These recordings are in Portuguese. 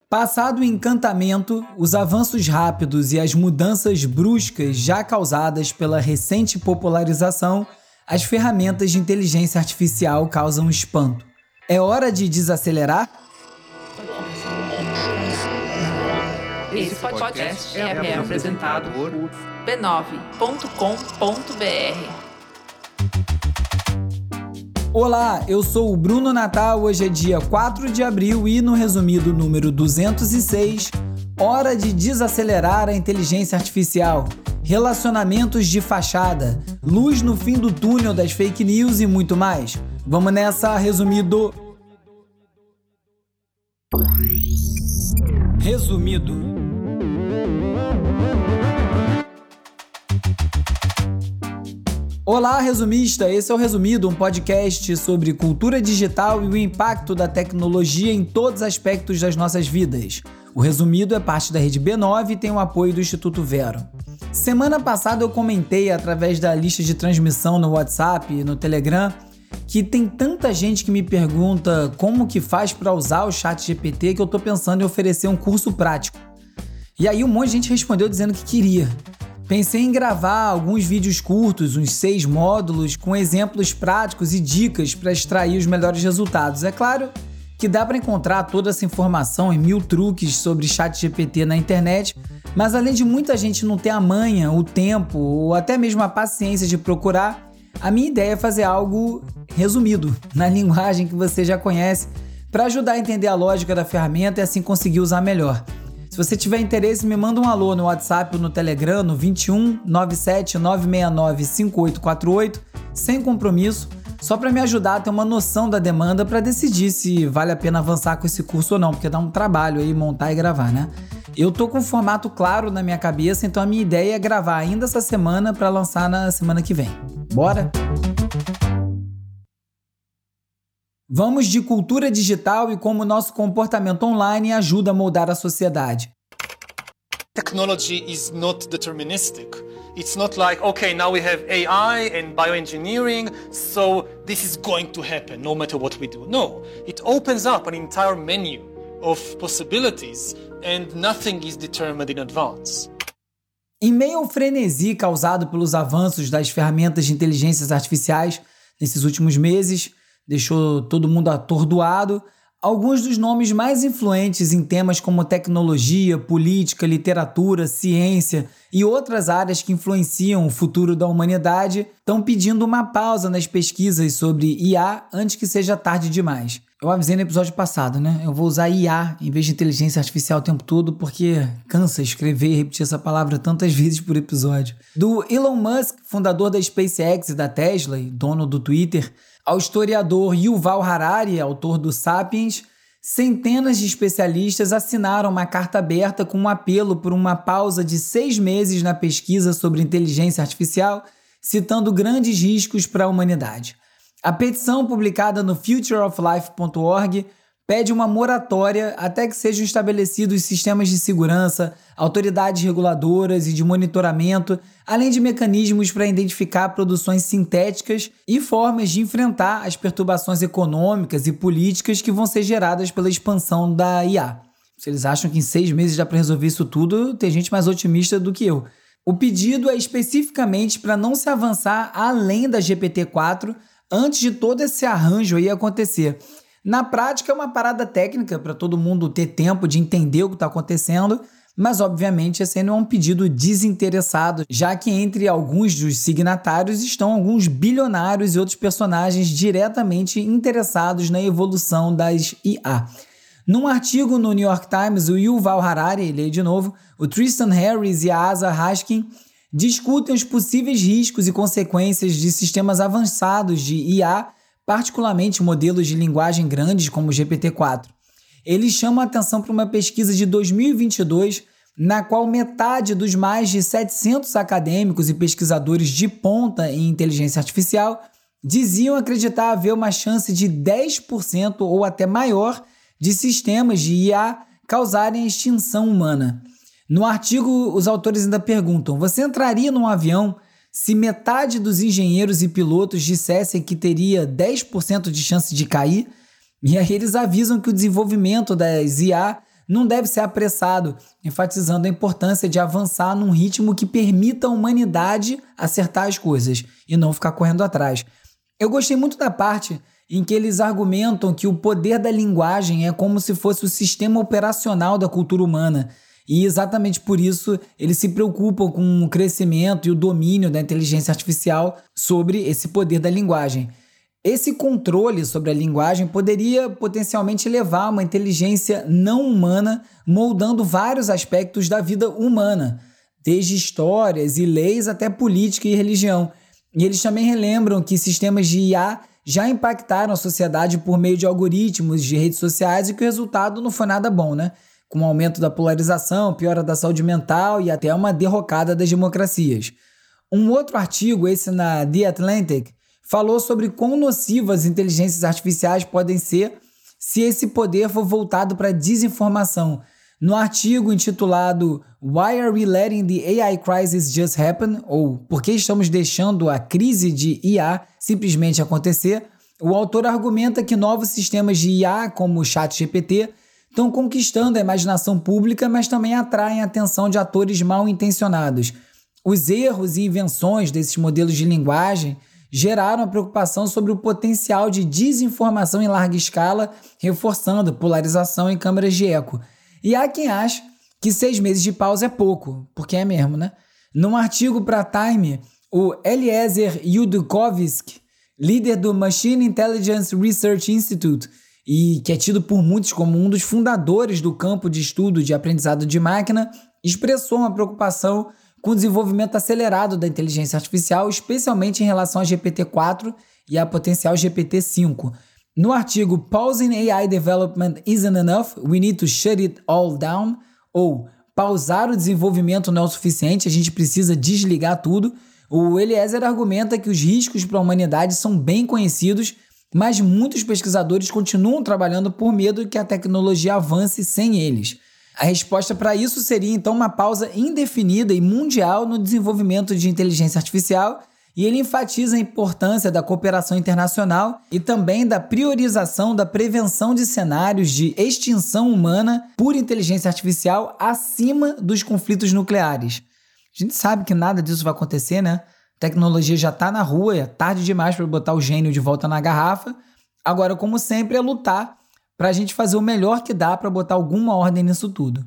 Passado o encantamento, os avanços rápidos e as mudanças bruscas já causadas pela recente popularização, as ferramentas de inteligência artificial causam espanto. É hora de desacelerar? Esse podcast é apresentado por b9.com.br. Olá, eu sou o Bruno Natal, hoje é dia 4 de abril e no resumido número 206, hora de desacelerar a inteligência artificial, relacionamentos de fachada, luz no fim do túnel das fake news e muito mais. Vamos nessa, resumido. Resumido. Olá, resumista! Esse é o Resumido, um podcast sobre cultura digital e o impacto da tecnologia em todos os aspectos das nossas vidas. O Resumido é parte da rede B9 e tem o apoio do Instituto Vero. Semana passada eu comentei através da lista de transmissão no WhatsApp e no Telegram que tem tanta gente que me pergunta como que faz para usar o ChatGPT que eu tô pensando em oferecer um curso prático. E aí um monte de gente respondeu dizendo que queria. Pensei em gravar alguns vídeos curtos, uns 6 módulos, com exemplos práticos e dicas para extrair os melhores resultados. É claro que dá para encontrar toda essa informação e 1000 truques sobre ChatGPT na internet, mas além de muita gente não ter a manha, o tempo ou até mesmo a paciência de procurar, a minha ideia é fazer algo resumido, na linguagem que você já conhece, para ajudar a entender a lógica da ferramenta e assim conseguir usar melhor. Se você tiver interesse, me manda um alô no WhatsApp ou no Telegram no 21 97 969 5848, sem compromisso, só para me ajudar a ter uma noção da demanda para decidir se vale a pena avançar com esse curso ou não, porque dá um trabalho aí montar e gravar, né? Eu tô com um formato claro na minha cabeça, então a minha ideia é gravar ainda essa semana para lançar na semana que vem. Bora? Vamos de cultura digital e como nosso comportamento online ajuda a moldar a sociedade. Technology is not deterministic. It's not like, okay, now we have AI and bioengineering, so this is going to happen no matter what we do. No, it opens up an entire menu of possibilities and nothing is determined in advance. Em meio ao frenesi causado pelos avanços das ferramentas de inteligências artificiais nesses últimos meses, deixou todo mundo atordoado, alguns dos nomes mais influentes em temas como tecnologia, política, literatura, ciência e outras áreas que influenciam o futuro da humanidade estão pedindo uma pausa nas pesquisas sobre IA antes que seja tarde demais. Eu avisei no episódio passado, né? Eu vou usar IA em vez de inteligência artificial o tempo todo porque cansa escrever e repetir essa palavra tantas vezes por episódio. Do Elon Musk, fundador da SpaceX e da Tesla e dono do Twitter, ao historiador Yuval Harari, autor do Sapiens, centenas de especialistas assinaram uma carta aberta com um apelo por uma pausa de 6 meses na pesquisa sobre inteligência artificial, citando grandes riscos para a humanidade. A petição, publicada no futureoflife.org, pede uma moratória até que sejam estabelecidos sistemas de segurança, autoridades reguladoras e de monitoramento, além de mecanismos para identificar produções sintéticas e formas de enfrentar as perturbações econômicas e políticas que vão ser geradas pela expansão da IA. Se eles acham que em 6 meses dá para resolver isso tudo, tem gente mais otimista do que eu. O pedido é especificamente para não se avançar além da GPT-4 antes de todo esse arranjo aí acontecer. Na prática é uma parada técnica para todo mundo ter tempo de entender o que está acontecendo, mas obviamente esse não é um pedido desinteressado, já que entre alguns dos signatários estão alguns bilionários e outros personagens diretamente interessados na evolução das IA. Num artigo no New York Times, o Yuval Harari, leio de novo, o Tristan Harris e a Asa Hashkin discutem os possíveis riscos e consequências de sistemas avançados de IA, particularmente modelos de linguagem grandes como o GPT-4. Eles chamam a atenção para uma pesquisa de 2022, na qual metade dos mais de 700 acadêmicos e pesquisadores de ponta em inteligência artificial diziam acreditar haver uma chance de 10% ou até maior de sistemas de IA causarem a extinção humana. No artigo, os autores ainda perguntam: você entraria num avião se metade dos engenheiros e pilotos dissessem que teria 10% de chance de cair? E aí eles avisam que o desenvolvimento das IA não deve ser apressado, enfatizando a importância de avançar num ritmo que permita a humanidade acertar as coisas e não ficar correndo atrás. Eu gostei muito da parte em que eles argumentam que o poder da linguagem é como se fosse o sistema operacional da cultura humana. E exatamente por isso eles se preocupam com o crescimento e o domínio da inteligência artificial sobre esse poder da linguagem. Esse controle sobre a linguagem poderia potencialmente levar a uma inteligência não humana, moldando vários aspectos da vida humana, desde histórias e leis até política e religião. E eles também relembram que sistemas de IA já impactaram a sociedade por meio de algoritmos de redes sociais e que o resultado não foi nada bom, né? Com o aumento da polarização, piora da saúde mental e até uma derrocada das democracias. Um outro artigo, esse na The Atlantic, falou sobre quão nocivas as inteligências artificiais podem ser se esse poder for voltado para a desinformação. No artigo intitulado Why Are We Letting the AI Crisis Just Happen? Ou Por que estamos deixando a crise de IA simplesmente acontecer? O autor argumenta que novos sistemas de IA, como o ChatGPT, estão conquistando a imaginação pública, mas também atraem a atenção de atores mal intencionados. Os erros e invenções desses modelos de linguagem geraram a preocupação sobre o potencial de desinformação em larga escala, reforçando polarização em câmeras de eco. E há quem ache que 6 meses de pausa é pouco, porque é mesmo, né? Num artigo para Time, o Eliezer Yudkowsky, líder do Machine Intelligence Research Institute, e que é tido por muitos como um dos fundadores do campo de estudo de aprendizado de máquina, expressou uma preocupação com o desenvolvimento acelerado da inteligência artificial, especialmente em relação a GPT-4 e a potencial GPT-5. No artigo Pausing AI Development Isn't Enough, We Need to Shut It All Down, ou Pausar o desenvolvimento não é o suficiente, a gente precisa desligar tudo, o Eliezer argumenta que os riscos para a humanidade são bem conhecidos, mas muitos pesquisadores continuam trabalhando por medo que a tecnologia avance sem eles. A resposta para isso seria, então, uma pausa indefinida e mundial no desenvolvimento de inteligência artificial, e ele enfatiza a importância da cooperação internacional e também da priorização da prevenção de cenários de extinção humana por inteligência artificial acima dos conflitos nucleares. A gente sabe que nada disso vai acontecer, né? A tecnologia já está na rua, é tarde demais para botar o gênio de volta na garrafa. Agora, como sempre, é lutar para a gente fazer o melhor que dá para botar alguma ordem nisso tudo.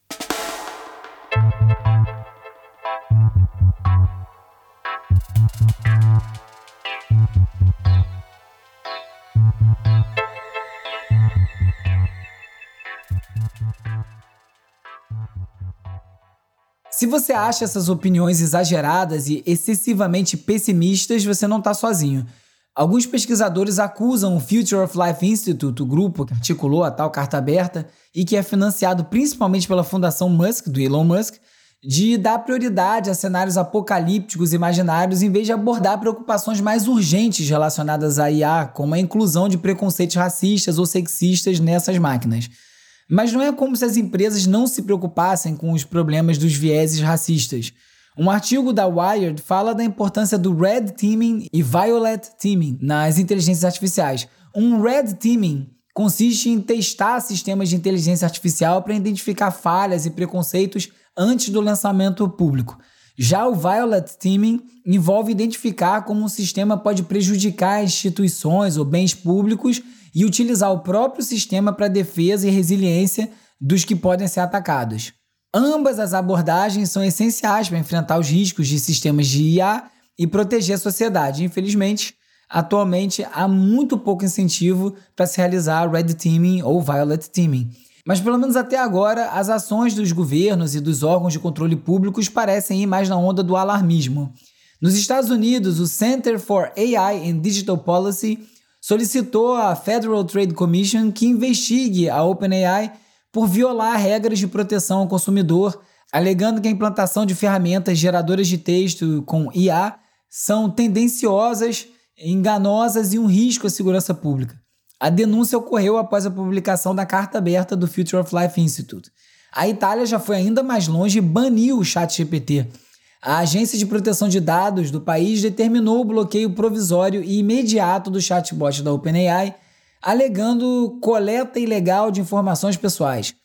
Se você acha essas opiniões exageradas e excessivamente pessimistas, você não está sozinho. Alguns pesquisadores acusam o Future of Life Institute, o grupo que articulou a tal carta aberta e que é financiado principalmente pela Fundação Musk, do Elon Musk, de dar prioridade a cenários apocalípticos imaginários em vez de abordar preocupações mais urgentes relacionadas à IA, como a inclusão de preconceitos racistas ou sexistas nessas máquinas. Mas não é como se as empresas não se preocupassem com os problemas dos vieses racistas. Um artigo da Wired fala da importância do Red Teaming e Violet Teaming nas inteligências artificiais. Um Red Teaming consiste em testar sistemas de inteligência artificial para identificar falhas e preconceitos antes do lançamento público. Já o Violet Teaming envolve identificar como um sistema pode prejudicar instituições ou bens públicos e utilizar o próprio sistema para defesa e resiliência dos que podem ser atacados. Ambas as abordagens são essenciais para enfrentar os riscos de sistemas de IA e proteger a sociedade. Infelizmente, atualmente há muito pouco incentivo para se realizar Red Teaming ou Violet Teaming. Mas pelo menos até agora, as ações dos governos e dos órgãos de controle públicos parecem ir mais na onda do alarmismo. Nos Estados Unidos, o Center for AI and Digital Policy solicitou à Federal Trade Commission que investigue a OpenAI por violar regras de proteção ao consumidor, alegando que a implantação de ferramentas geradoras de texto com IA são tendenciosas, enganosas e um risco à segurança pública. A denúncia ocorreu após a publicação da carta aberta do Future of Life Institute. A Itália já foi ainda mais longe e baniu o ChatGPT. A Agência de Proteção de Dados do país determinou o bloqueio provisório e imediato do chatbot da OpenAI, alegando coleta ilegal de informações pessoais.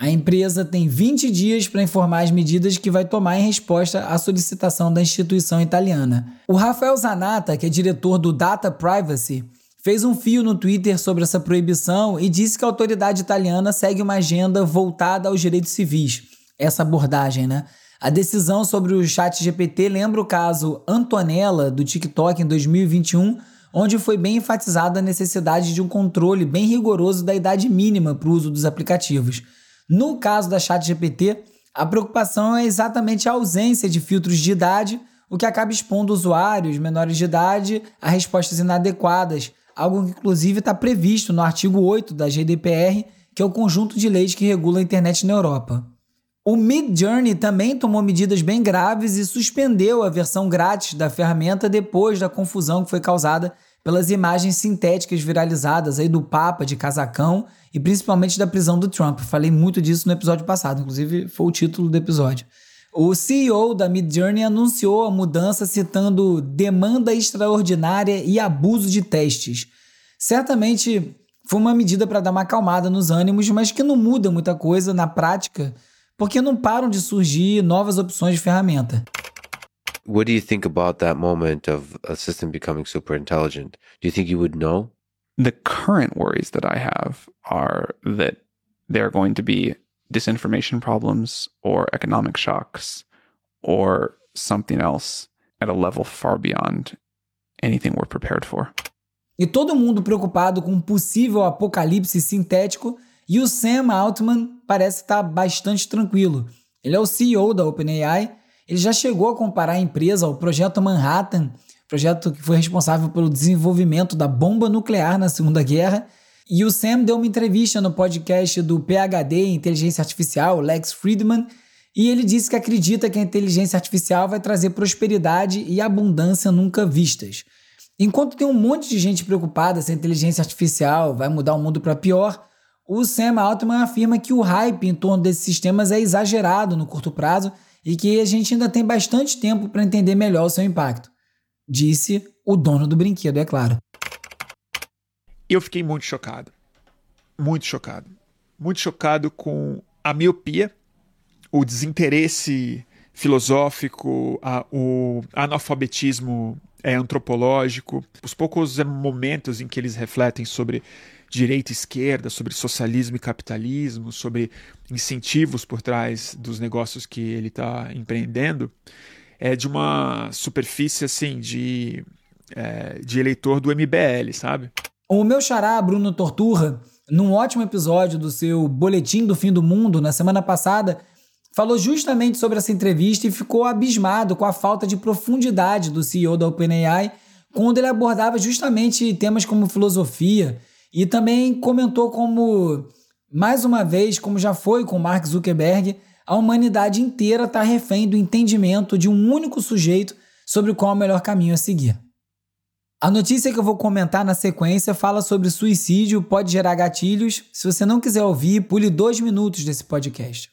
A empresa tem 20 dias para informar as medidas que vai tomar em resposta à solicitação da instituição italiana. O Rafael Zanatta, que é diretor do Data Privacy, fez um fio no Twitter sobre essa proibição e disse que a autoridade italiana segue uma agenda voltada aos direitos civis. Essa abordagem, né? A decisão sobre o ChatGPT lembra o caso Antonella, do TikTok, em 2021, onde foi bem enfatizada a necessidade de um controle bem rigoroso da idade mínima para o uso dos aplicativos. No caso da ChatGPT, a preocupação é exatamente a ausência de filtros de idade, o que acaba expondo usuários menores de idade a respostas inadequadas, algo que inclusive está previsto no artigo 8 da GDPR, que é o conjunto de leis que regula a internet na Europa. O Midjourney também tomou medidas bem graves e suspendeu a versão grátis da ferramenta depois da confusão que foi causada pelas imagens sintéticas viralizadas aí do Papa de casacão e principalmente da prisão do Trump. Falei muito disso no episódio passado, inclusive foi o título do episódio. O CEO da Midjourney anunciou a mudança citando demanda extraordinária e abuso de testes. Certamente foi uma medida para dar uma acalmada nos ânimos, mas que não muda muita coisa na prática, porque não param de surgir novas opções de ferramenta. What do you think about that moment of a system becoming super intelligent? Do you think you would know? The current worries that I have are that there are going to be disinformation problems or economic shocks or something else at a level far beyond anything we're prepared for. E todo mundo preocupado com um possível apocalipse sintético, e o Sam Altman parece estar bastante tranquilo. Ele é o CEO da OpenAI. Ele já chegou a comparar a empresa ao Projeto Manhattan, projeto que foi responsável pelo desenvolvimento da bomba nuclear na Segunda Guerra. E o Sam deu uma entrevista no podcast do PhD em Inteligência Artificial, Lex Fridman, e ele disse que acredita que a inteligência artificial vai trazer prosperidade e abundância nunca vistas. Enquanto tem um monte de gente preocupada se a inteligência artificial vai mudar o mundo para pior, o Sam Altman afirma que o hype em torno desses sistemas é exagerado no curto prazo e que a gente ainda tem bastante tempo para entender melhor o seu impacto. Disse o dono do brinquedo, é claro. Eu fiquei muito chocado. Muito chocado. Muito chocado com a miopia, o desinteresse filosófico, o analfabetismo antropológico, os poucos momentos em que eles refletem sobre direita e esquerda, sobre socialismo e capitalismo, sobre incentivos por trás dos negócios que ele está empreendendo, é de uma superfície assim de eleitor do MBL, sabe? O meu xará, Bruno Torturra, num ótimo episódio do seu Boletim do Fim do Mundo, na semana passada, falou justamente sobre essa entrevista e ficou abismado com a falta de profundidade do CEO da OpenAI, quando ele abordava justamente temas como filosofia, e também comentou como, mais uma vez, como já foi com Mark Zuckerberg, a humanidade inteira está refém do entendimento de um único sujeito sobre qual é o melhor caminho a seguir. A notícia que eu vou comentar na sequência fala sobre suicídio, pode gerar gatilhos. Se você não quiser ouvir, pule 2 minutos desse podcast.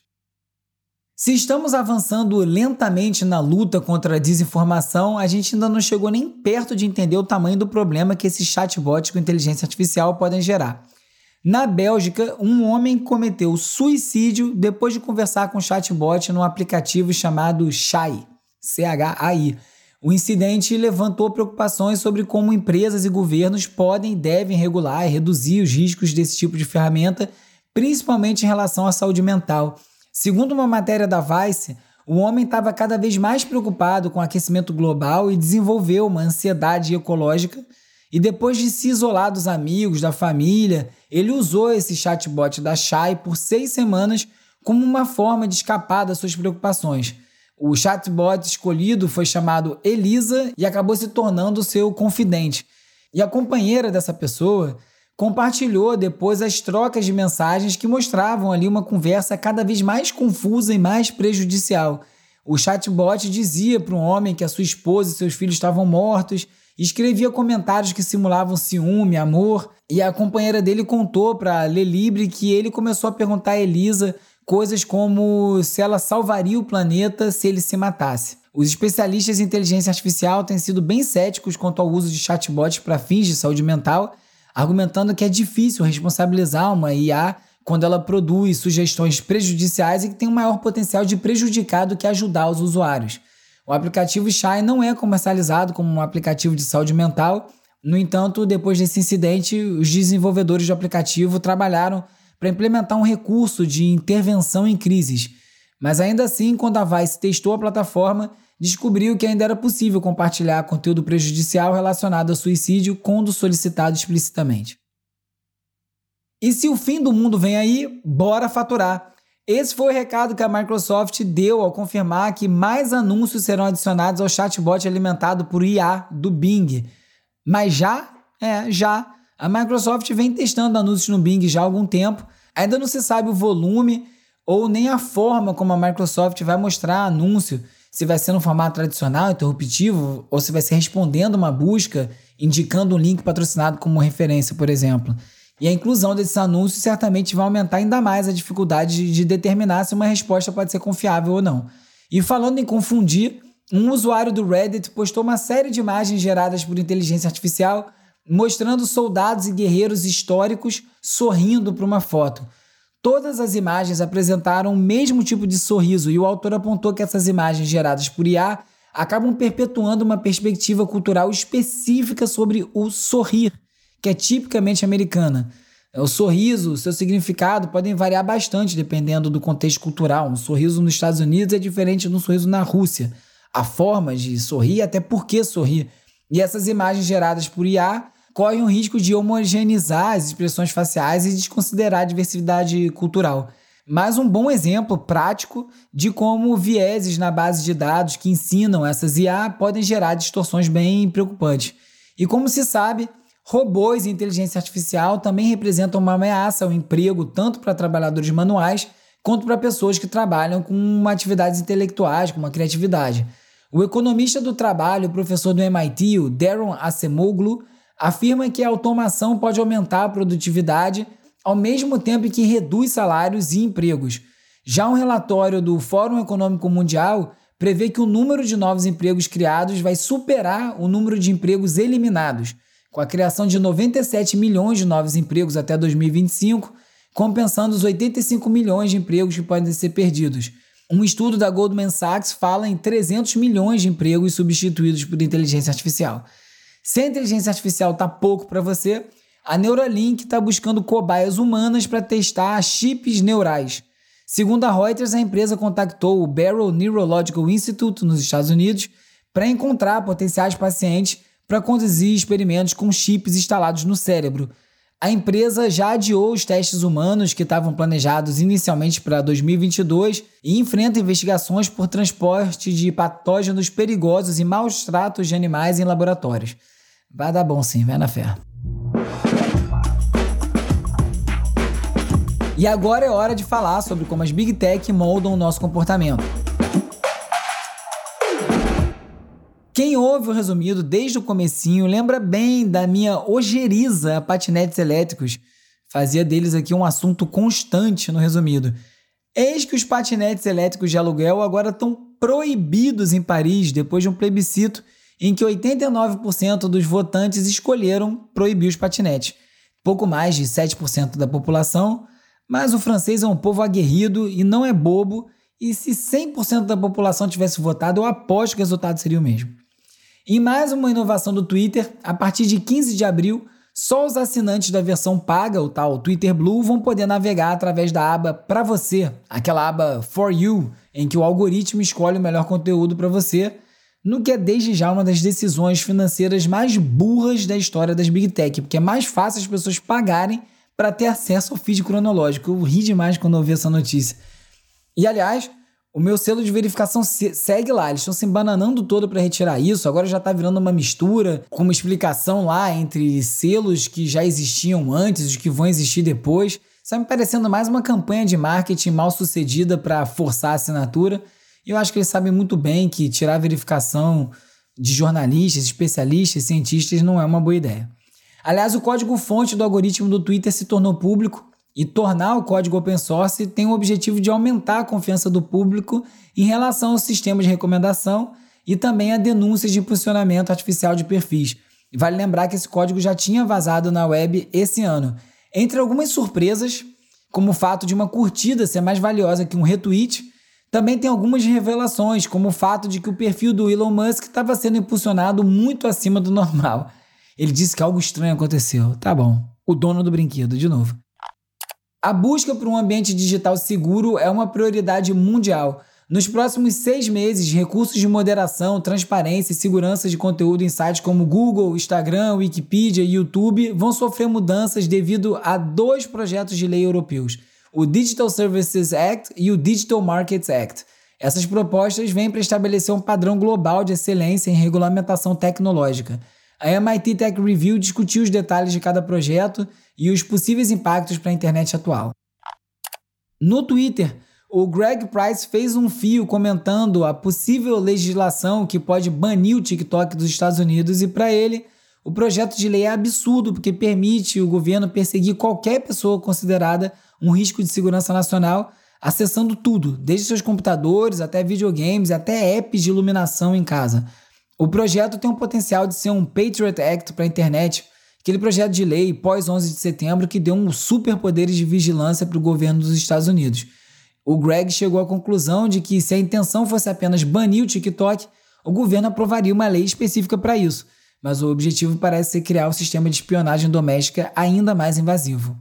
Se estamos avançando lentamente na luta contra a desinformação, a gente ainda não chegou nem perto de entender o tamanho do problema que esses chatbots com inteligência artificial podem gerar. Na Bélgica, um homem cometeu suicídio depois de conversar com um chatbot num aplicativo chamado Chai, C-H-A-I. O incidente levantou preocupações sobre como empresas e governos podem e devem regular e reduzir os riscos desse tipo de ferramenta, principalmente em relação à saúde mental. Segundo uma matéria da Vice, o homem estava cada vez mais preocupado com o aquecimento global e desenvolveu uma ansiedade ecológica. E depois de se isolar dos amigos, da família, ele usou esse chatbot da Chai por 6 semanas como uma forma de escapar das suas preocupações. O chatbot escolhido foi chamado Elisa e acabou se tornando seu confidente. E a companheira dessa pessoa compartilhou depois as trocas de mensagens que mostravam ali uma conversa cada vez mais confusa e mais prejudicial. O chatbot dizia para um homem que a sua esposa e seus filhos estavam mortos, escrevia comentários que simulavam ciúme, amor, e a companheira dele contou para Lelibre que ele começou a perguntar a Elisa coisas como se ela salvaria o planeta se ele se matasse. Os especialistas em inteligência artificial têm sido bem céticos quanto ao uso de chatbots para fins de saúde mental, argumentando que é difícil responsabilizar uma IA quando ela produz sugestões prejudiciais e que tem um maior potencial de prejudicar do que ajudar os usuários. O aplicativo Chai não é comercializado como um aplicativo de saúde mental. No entanto, depois desse incidente, os desenvolvedores do aplicativo trabalharam para implementar um recurso de intervenção em crises. Mas ainda assim, quando a Vice testou a plataforma, descobriu que ainda era possível compartilhar conteúdo prejudicial relacionado a suicídio quando solicitado explicitamente. E se o fim do mundo vem aí, bora faturar! Esse foi o recado que a Microsoft deu ao confirmar que mais anúncios serão adicionados ao chatbot alimentado por IA do Bing. Mas já. A Microsoft vem testando anúncios no Bing já há algum tempo. Ainda não se sabe o volume ou nem a forma como a Microsoft vai mostrar anúncio, se vai ser no formato tradicional, interruptivo, ou se vai ser respondendo uma busca, indicando um link patrocinado como referência, por exemplo. E a inclusão desses anúncios certamente vai aumentar ainda mais a dificuldade de determinar se uma resposta pode ser confiável ou não. E falando em confundir, um usuário do Reddit postou uma série de imagens geradas por inteligência artificial mostrando soldados e guerreiros históricos sorrindo para uma foto. Todas as imagens apresentaram o mesmo tipo de sorriso e o autor apontou que essas imagens geradas por IA acabam perpetuando uma perspectiva cultural específica sobre o sorrir, que é tipicamente americana. O sorriso, seu significado podem variar bastante dependendo do contexto cultural. Um sorriso nos Estados Unidos é diferente de um sorriso na Rússia. A forma de sorrir, até por que sorrir. E essas imagens geradas por IA correm o risco de homogeneizar as expressões faciais e desconsiderar a diversidade cultural. Mais um bom exemplo prático de como vieses na base de dados que ensinam essas IA podem gerar distorções bem preocupantes. E como se sabe, robôs e inteligência artificial também representam uma ameaça ao emprego tanto para trabalhadores manuais quanto para pessoas que trabalham com atividades intelectuais, como a criatividade. O economista do trabalho, o professor do MIT, o Daron Acemoglu, afirma que a automação pode aumentar a produtividade ao mesmo tempo que reduz salários e empregos. Já um relatório do Fórum Econômico Mundial prevê que o número de novos empregos criados vai superar o número de empregos eliminados, com a criação de 97 milhões de novos empregos até 2025, compensando os 85 milhões de empregos que podem ser perdidos. Um estudo da Goldman Sachs fala em 300 milhões de empregos substituídos por inteligência artificial. Se a inteligência artificial está pouco para você, a Neuralink está buscando cobaias humanas para testar chips neurais. Segundo a Reuters, a empresa contactou o Barrow Neurological Institute nos Estados Unidos para encontrar potenciais pacientes para conduzir experimentos com chips instalados no cérebro. A empresa já adiou os testes humanos que estavam planejados inicialmente para 2022 e enfrenta investigações por transporte de patógenos perigosos e maus tratos de animais em laboratórios. Vai dar bom sim, vai na fé. E agora é hora de falar sobre como as Big Tech moldam o nosso comportamento. Quem ouve o resumido desde o comecinho lembra bem da minha ojeriza a patinetes elétricos. Fazia deles aqui um assunto constante no resumido. Eis que os patinetes elétricos de aluguel agora estão proibidos em Paris depois de um plebiscito em que 89% dos votantes escolheram proibir os patinetes. Pouco mais de 7% da população, mas o francês é um povo aguerrido e não é bobo, e se 100% da população tivesse votado, eu aposto que o resultado seria o mesmo. Em mais uma inovação do Twitter, a partir de 15 de abril, só os assinantes da versão paga, o tal Twitter Blue, vão poder navegar através da aba Pra Você, aquela aba For You, em que o algoritmo escolhe o melhor conteúdo para você, no que é desde já uma das decisões financeiras mais burras da história das Big Tech, porque é mais fácil as pessoas pagarem para ter acesso ao feed cronológico. Eu ri demais quando eu vi essa notícia. E, aliás, o meu selo de verificação segue lá. Eles estão se embananando todo para retirar isso. Agora já está virando uma mistura, com uma explicação lá entre selos que já existiam antes e os que vão existir depois. Está me parecendo mais uma campanha de marketing mal sucedida para forçar a assinatura. E eu acho que eles sabem muito bem que tirar a verificação de jornalistas, especialistas, cientistas não é uma boa ideia. Aliás, o código-fonte do algoritmo do Twitter se tornou público e tornar o código open source tem o objetivo de aumentar a confiança do público em relação ao sistema de recomendação e também a denúncias de impulsionamento artificial de perfis. E vale lembrar que esse código já tinha vazado na web esse ano. Entre algumas surpresas, como o fato de uma curtida ser mais valiosa que um retweet. Também tem algumas revelações, como o fato de que o perfil do Elon Musk estava sendo impulsionado muito acima do normal. Ele disse que algo estranho aconteceu. Tá bom, o dono do brinquedo, de novo. A busca por um ambiente digital seguro é uma prioridade mundial. Nos próximos 6 meses, recursos de moderação, transparência e segurança de conteúdo em sites como Google, Instagram, Wikipedia e YouTube vão sofrer mudanças devido a 2 projetos de lei europeus, o Digital Services Act e o Digital Markets Act. Essas propostas vêm para estabelecer um padrão global de excelência em regulamentação tecnológica. A MIT Tech Review discutiu os detalhes de cada projeto e os possíveis impactos para a internet atual. No Twitter, o Greg Price fez um fio comentando a possível legislação que pode banir o TikTok dos Estados Unidos e, para ele, o projeto de lei é absurdo porque permite o governo perseguir qualquer pessoa considerada um risco de segurança nacional, acessando tudo, desde seus computadores até videogames, até apps de iluminação em casa. O projeto tem o potencial de ser um Patriot Act para a internet, aquele projeto de lei pós 11 de setembro que deu um superpoderes de vigilância para o governo dos Estados Unidos. O Greg chegou à conclusão de que se a intenção fosse apenas banir o TikTok, o governo aprovaria uma lei específica para isso, mas o objetivo parece ser criar um sistema de espionagem doméstica ainda mais invasivo.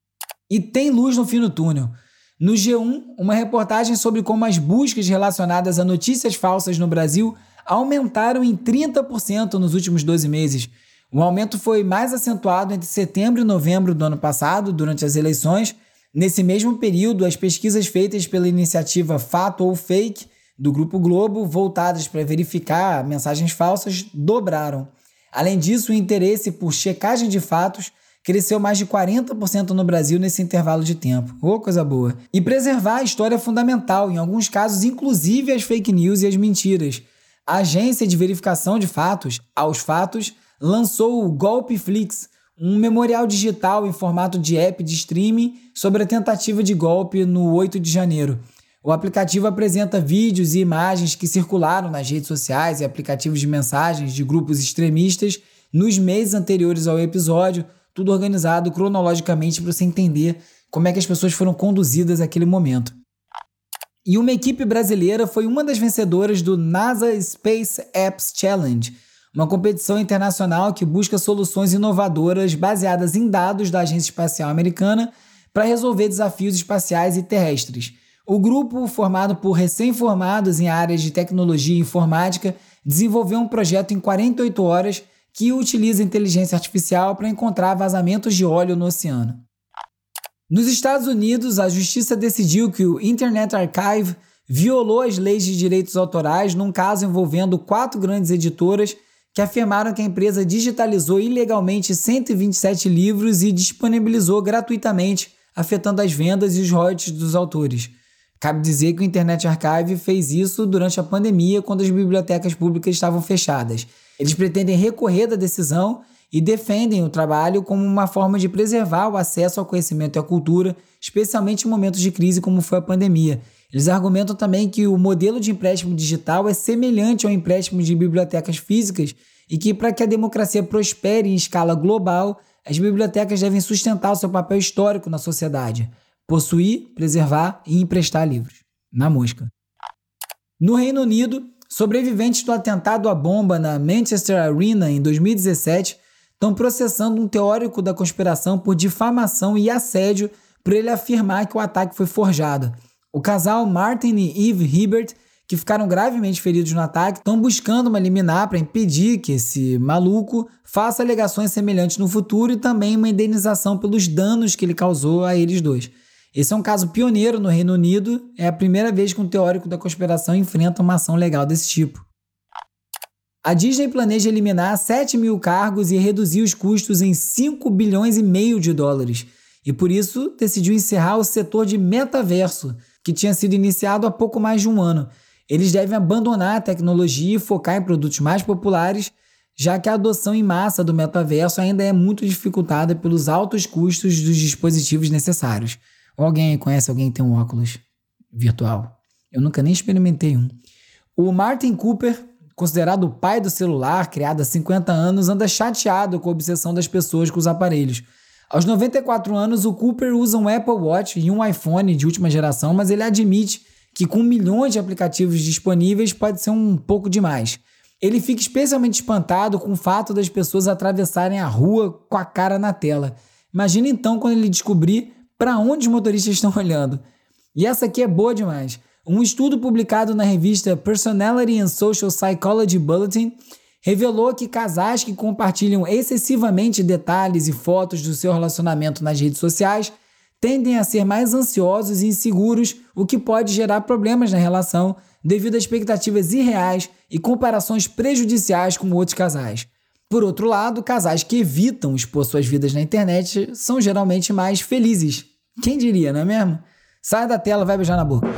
E tem luz no fim do túnel. No G1, uma reportagem sobre como as buscas relacionadas a notícias falsas no Brasil aumentaram em 30% nos últimos 12 meses. O aumento foi mais acentuado entre setembro e novembro do ano passado, durante as eleições. Nesse mesmo período, as pesquisas feitas pela iniciativa Fato ou Fake, do Grupo Globo, voltadas para verificar mensagens falsas, dobraram. Além disso, o interesse por checagem de fatos cresceu mais de 40% no Brasil nesse intervalo de tempo. Ô, coisa boa! E preservar a história é fundamental, em alguns casos, inclusive as fake news e as mentiras. A agência de verificação de fatos, Aos Fatos, lançou o Golpeflix, um memorial digital em formato de app de streaming sobre a tentativa de golpe no 8 de janeiro. O aplicativo apresenta vídeos e imagens que circularam nas redes sociais e aplicativos de mensagens de grupos extremistas nos meses anteriores ao episódio, tudo organizado cronologicamente para você entender como é que as pessoas foram conduzidas àquele momento. E uma equipe brasileira foi uma das vencedoras do NASA Space Apps Challenge, uma competição internacional que busca soluções inovadoras baseadas em dados da Agência Espacial Americana para resolver desafios espaciais e terrestres. O grupo, formado por recém-formados em áreas de tecnologia e informática, desenvolveu um projeto em 48 horas que utiliza inteligência artificial para encontrar vazamentos de óleo no oceano. Nos Estados Unidos, a justiça decidiu que o Internet Archive violou as leis de direitos autorais num caso envolvendo 4 grandes editoras que afirmaram que a empresa digitalizou ilegalmente 127 livros e disponibilizou gratuitamente, afetando as vendas e os royalties dos autores. Cabe dizer que o Internet Archive fez isso durante a pandemia, quando as bibliotecas públicas estavam fechadas. Eles pretendem recorrer da decisão e defendem o trabalho como uma forma de preservar o acesso ao conhecimento e à cultura, especialmente em momentos de crise como foi a pandemia. Eles argumentam também que o modelo de empréstimo digital é semelhante ao empréstimo de bibliotecas físicas e que, para que a democracia prospere em escala global, as bibliotecas devem sustentar o seu papel histórico na sociedade: possuir, preservar e emprestar livros. Na mosca. No Reino Unido, sobreviventes do atentado à bomba na Manchester Arena em 2017 estão processando um teórico da conspiração por difamação e assédio por ele afirmar que o ataque foi forjado. O casal Martin e Eve Hibbert, que ficaram gravemente feridos no ataque, estão buscando uma liminar para impedir que esse maluco faça alegações semelhantes no futuro e também uma indenização pelos danos que ele causou a eles dois. Esse é um caso pioneiro no Reino Unido, é a primeira vez que um teórico da conspiração enfrenta uma ação legal desse tipo. A Disney planeja eliminar 7 mil cargos e reduzir os custos em 5 bilhões e meio de dólares, e por isso decidiu encerrar o setor de metaverso, que tinha sido iniciado há pouco mais de um ano. Eles devem abandonar a tecnologia e focar em produtos mais populares, já que a adoção em massa do metaverso ainda é muito dificultada pelos altos custos dos dispositivos necessários. Alguém conhece alguém que tem um óculos virtual? Eu nunca nem experimentei um. O Martin Cooper, considerado o pai do celular, criado há 50 anos, anda chateado com a obsessão das pessoas com os aparelhos. Aos 94 anos, o Cooper usa um Apple Watch e um iPhone de última geração, mas ele admite que com milhões de aplicativos disponíveis pode ser um pouco demais. Ele fica especialmente espantado com o fato das pessoas atravessarem a rua com a cara na tela. Imagina então quando ele descobrir para onde os motoristas estão olhando. E essa aqui é boa demais. Um estudo publicado na revista Personality and Social Psychology Bulletin revelou que casais que compartilham excessivamente detalhes e fotos do seu relacionamento nas redes sociais tendem a ser mais ansiosos e inseguros, o que pode gerar problemas na relação devido a expectativas irreais e comparações prejudiciais com outros casais. Por outro lado, casais que evitam expor suas vidas na internet são geralmente mais felizes. Quem diria, não é mesmo? Sai da tela, vai beijar na boca.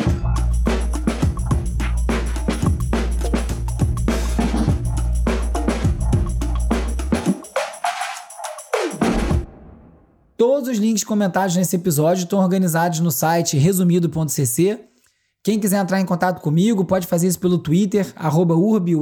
Todos os links comentados nesse episódio estão organizados no site resumido.cc. Quem quiser entrar em contato comigo pode fazer isso pelo Twitter, @urbe,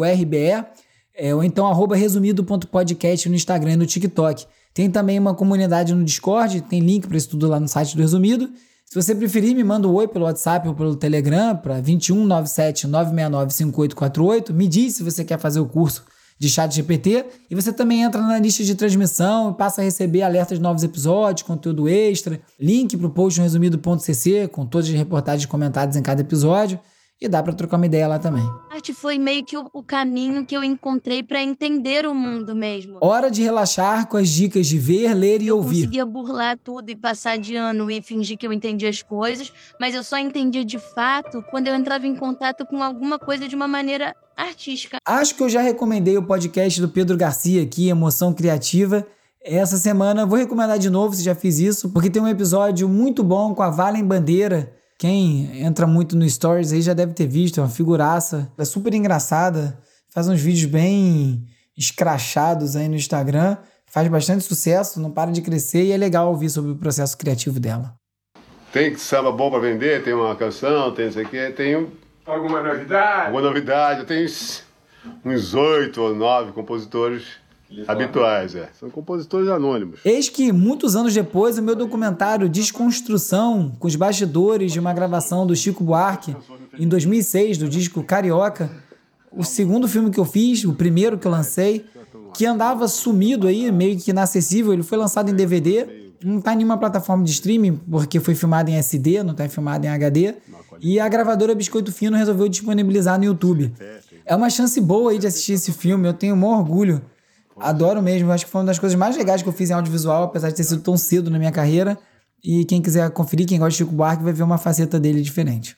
ou então @resumido.podcast no Instagram e no TikTok. Tem também uma comunidade no Discord, tem link para isso tudo lá no site do Resumido. Se você preferir, me manda um oi pelo WhatsApp ou pelo Telegram para 21 97 969 5848. Me diz se você quer fazer o curso de ChatGPT, e você também entra na lista de transmissão e passa a receber alertas de novos episódios, conteúdo extra, link para o post no resumido.cc com todas as reportagens comentadas em cada episódio, e dá para trocar uma ideia lá também. A arte foi meio que o caminho que eu encontrei para entender o mundo mesmo. Hora de relaxar com as dicas de ver, ler e ouvir. Eu conseguia burlar tudo e passar de ano e fingir que eu entendia as coisas, mas eu só entendia de fato quando eu entrava em contato com alguma coisa de uma maneira artística. Acho que eu já recomendei o podcast do Pedro Garcia aqui, Emoção Criativa. Essa semana vou recomendar de novo, se já fiz isso, porque tem um episódio muito bom com a Valen Bandeira. Quem entra muito no Stories aí já deve ter visto, é uma figuraça. É super engraçada, faz uns vídeos bem escrachados aí no Instagram, faz bastante sucesso, não para de crescer e é legal ouvir sobre o processo criativo dela. Tem samba bom para vender, tem uma canção, tem não sei o quê, tem alguma novidade? Alguma novidade, eu tenho uns 8 ou 9 compositores habituais, São compositores anônimos. Eis que, muitos anos depois, o meu documentário Desconstrução, com os bastidores de uma gravação do Chico Buarque, em 2006, do disco Carioca, o segundo filme que eu fiz, o primeiro que eu lancei, que andava sumido aí, meio que inacessível, ele foi lançado em DVD, não está em nenhuma plataforma de streaming, porque foi filmado em SD, não está filmado em HD, e a gravadora Biscoito Fino resolveu disponibilizar no YouTube. É uma chance boa aí de assistir esse filme, eu tenho um maior orgulho. Adoro mesmo, acho que foi uma das coisas mais legais que eu fiz em audiovisual, apesar de ter sido tão cedo na minha carreira. E quem quiser conferir, quem gosta de Chico Buarque, vai ver uma faceta dele diferente.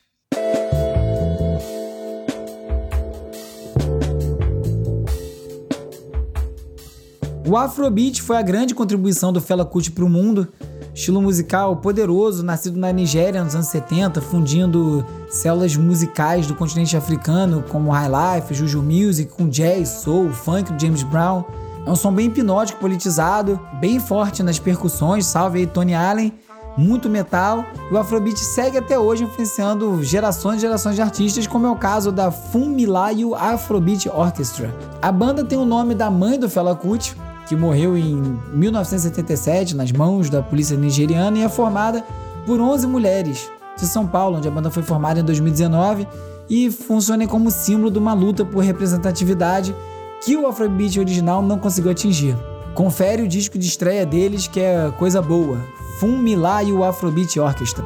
O Afrobeat foi a grande contribuição do Fela Kuti para o mundo. Estilo musical poderoso, nascido na Nigéria nos anos 70, fundindo células musicais do continente africano, como High Life, Juju Music, com jazz, soul, funk do James Brown. É um som bem hipnótico, politizado, bem forte nas percussões, salve aí Tony Allen, muito metal. E o Afrobeat segue até hoje influenciando gerações e gerações de artistas, como é o caso da Funmilayo Afrobeat Orchestra. A banda tem o nome da mãe do Fela Kuti, que morreu em 1977 nas mãos da polícia nigeriana, e é formada por 11 mulheres de São Paulo, onde a banda foi formada em 2019 e funciona como símbolo de uma luta por representatividade que o Afrobeat original não conseguiu atingir. Confere o disco de estreia deles, que é coisa boa, Funmilayo Afrobeat Orchestra.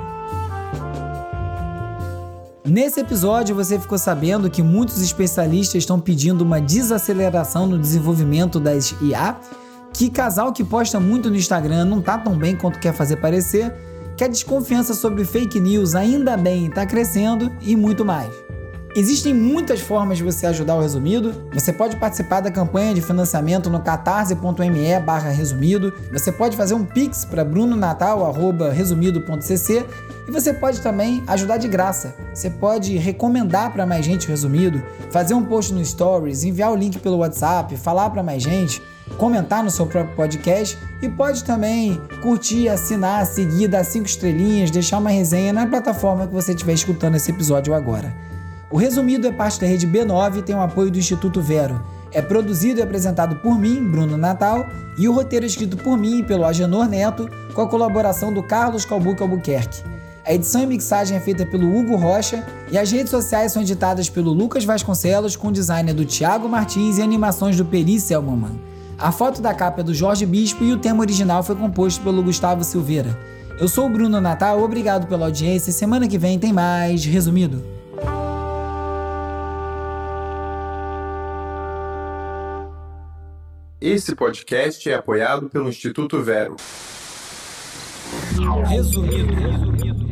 Nesse episódio você ficou sabendo que muitos especialistas estão pedindo uma desaceleração no desenvolvimento das IA, que casal que posta muito no Instagram não tá tão bem quanto quer fazer parecer, que a desconfiança sobre fake news ainda bem está crescendo e muito mais. Existem muitas formas de você ajudar o Resumido. Você pode participar da campanha de financiamento no catarse.me/resumido. Você pode fazer um pix para brunonatal@resumido.cc e você pode também ajudar de graça. Você pode recomendar para mais gente o Resumido, fazer um post no Stories, enviar o link pelo WhatsApp, falar para mais gente, comentar no seu próprio podcast e pode também curtir, assinar, seguir, dar 5 estrelinhas, deixar uma resenha na plataforma que você estiver escutando esse episódio agora. O Resumido é parte da rede B9 e tem o apoio do Instituto Vero. É produzido e apresentado por mim, Bruno Natal, e o roteiro é escrito por mim e pelo Agenor Neto, com a colaboração do Carlos Calbuque Albuquerque. A edição e mixagem é feita pelo Hugo Rocha e as redes sociais são editadas pelo Lucas Vasconcelos, com design do Thiago Martins e animações do Peri Selmanman. A foto da capa é do Jorge Bispo e o tema original foi composto pelo Gustavo Silveira. Eu sou o Bruno Natal, obrigado pela audiência e semana que vem tem mais Resumido. Esse podcast é apoiado pelo Instituto Vero. Resumido.